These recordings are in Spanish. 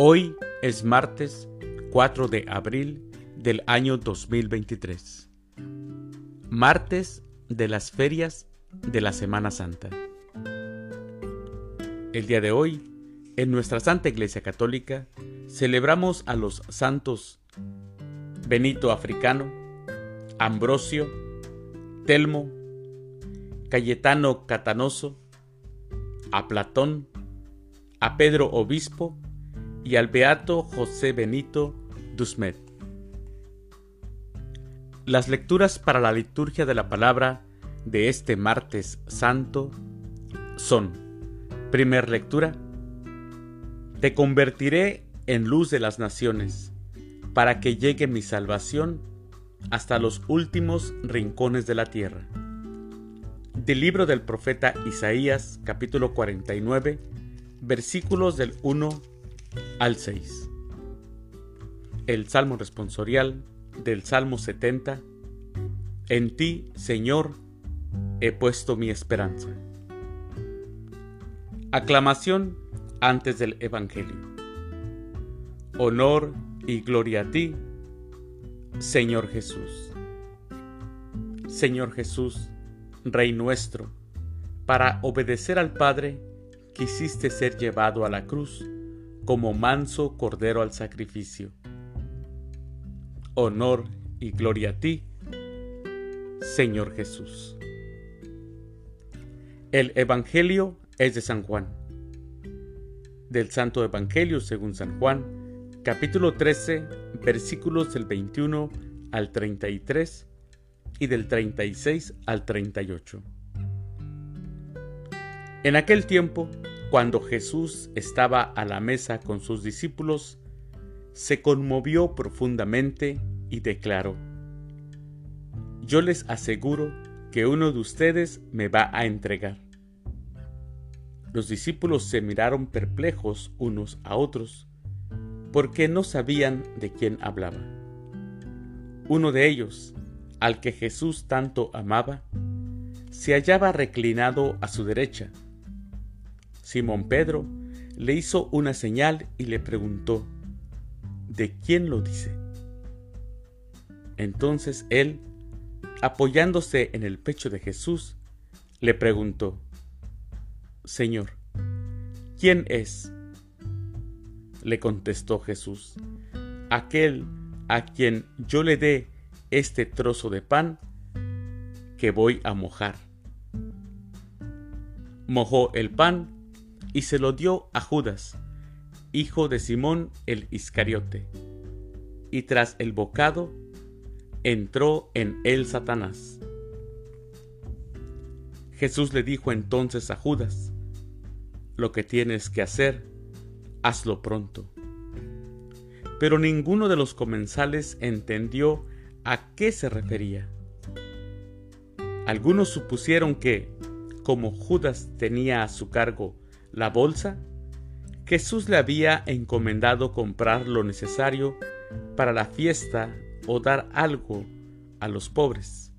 Hoy es martes 4 de abril del año 2023, martes de las ferias de la Semana Santa. El día de hoy, en nuestra Santa Iglesia Católica, celebramos a los santos Benito Africano, Ambrosio, Telmo, Cayetano Catanoso, a Platón, a Pedro Obispo y al beato José Benito Dusmet. Las lecturas para la liturgia de la palabra de este martes santo son: primer lectura: Te convertiré en luz de las naciones, para que llegue mi salvación hasta los últimos rincones de la tierra. Del libro del profeta Isaías, capítulo 49, versículos del 1 al 6. El Salmo responsorial del Salmo 70. En ti, Señor, he puesto mi esperanza. Aclamación antes del Evangelio. Honor y gloria a ti, Señor Jesús. Señor Jesús, Rey nuestro, para obedecer al Padre, quisiste ser llevado a la cruz como manso cordero al sacrificio. Honor y gloria a ti, Señor Jesús. El Evangelio es de San Juan. Del Santo Evangelio según San Juan, capítulo 13, versículos del 21 al 33 y del 36 al 38. En aquel tiempo, cuando Jesús estaba a la mesa con sus discípulos, se conmovió profundamente y declaró: Yo les aseguro que uno de ustedes me va a entregar. Los discípulos se miraron perplejos unos a otros, porque no sabían de quién hablaba. Uno de ellos, al que Jesús tanto amaba, se hallaba reclinado a su derecha. Simón Pedro le hizo una señal y le preguntó: ¿De quién lo dice? Entonces él, apoyándose en el pecho de Jesús, le preguntó: Señor, ¿quién es? Le contestó Jesús: aquel a quien yo le dé este trozo de pan que voy a mojar. Mojó el pan y se lo dio a Judas, hijo de Simón el Iscariote, y tras el bocado entró en él Satanás. Jesús le dijo entonces a Judas: Lo que tienes que hacer, hazlo pronto. Pero ninguno de los comensales entendió a qué se refería. Algunos supusieron que, como Judas tenía a su cargo la bolsa, Jesús le había encomendado comprar lo necesario para la fiesta o dar algo a los pobres.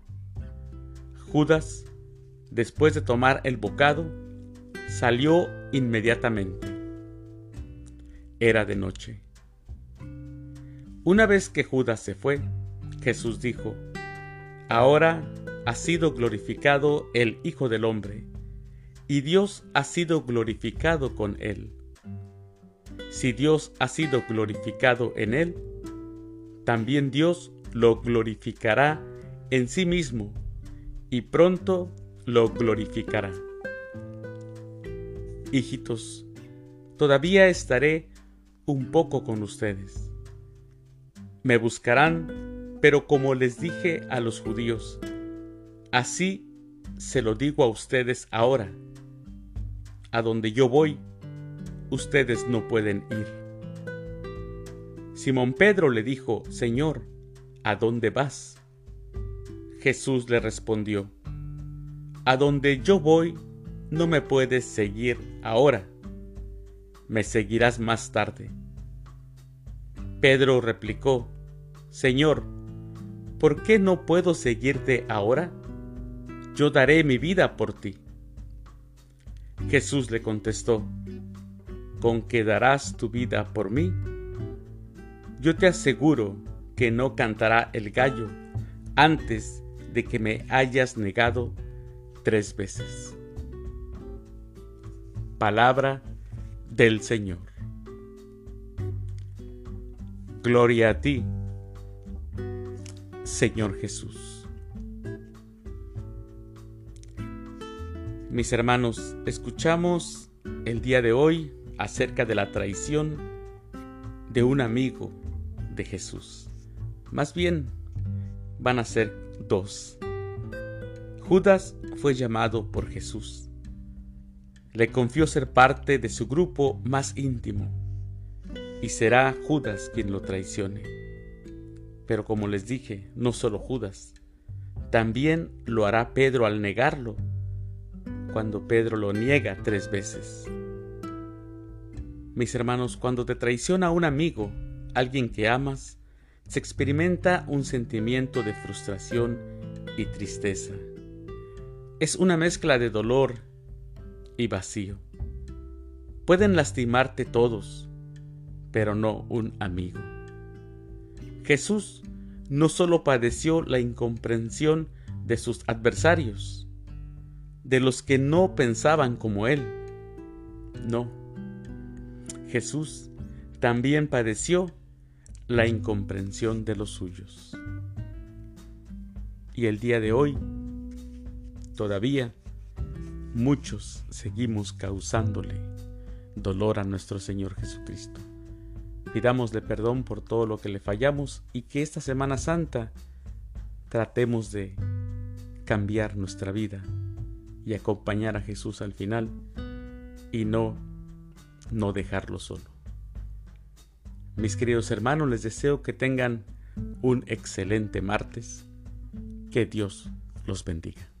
Judas, después de tomar el bocado, salió inmediatamente. Era de noche. Una vez que Judas se fue, Jesús dijo: Ahora ha sido glorificado el Hijo del Hombre, y Dios ha sido glorificado con él. Si Dios ha sido glorificado en él, también Dios lo glorificará en sí mismo, y pronto lo glorificará. Hijitos, todavía estaré un poco con ustedes. Me buscarán, pero como les dije a los judíos, así se lo digo a ustedes ahora. A donde yo voy, ustedes no pueden ir. Simón Pedro le dijo: Señor, ¿a dónde vas? Jesús le respondió: A donde yo voy, no me puedes seguir ahora. Me seguirás más tarde. Pedro replicó: Señor, ¿por qué no puedo seguirte ahora? Yo daré mi vida por ti. Jesús le contestó: con que darás tu vida por mí, yo te aseguro que no cantará el gallo antes de que me hayas negado 3 veces. Palabra del Señor. Gloria a ti, Señor Jesús. Mis hermanos, escuchamos el día de hoy acerca de la traición de un amigo de Jesús. Más bien, van a ser 2. Judas fue llamado por Jesús. Le confió ser parte de su grupo más íntimo, y será Judas quien lo traicione. Pero como les dije, no solo Judas, también lo hará Pedro al negarlo, cuando Pedro lo niega 3 veces. Mis hermanos, cuando te traiciona un amigo, alguien que amas, se experimenta un sentimiento de frustración y tristeza. Es una mezcla de dolor y vacío. Pueden lastimarte todos, pero no un amigo. Jesús no solo padeció la incomprensión de sus adversarios, de los que no pensaban como Él. No. Jesús también padeció la incomprensión de los suyos. Y el día de hoy, todavía, muchos seguimos causándole dolor a nuestro Señor Jesucristo. Pidámosle perdón por todo lo que le fallamos y que esta Semana Santa tratemos de cambiar nuestra vida y acompañar a Jesús al final y no dejarlo solo. Mis queridos hermanos, les deseo que tengan un excelente martes. Que Dios los bendiga.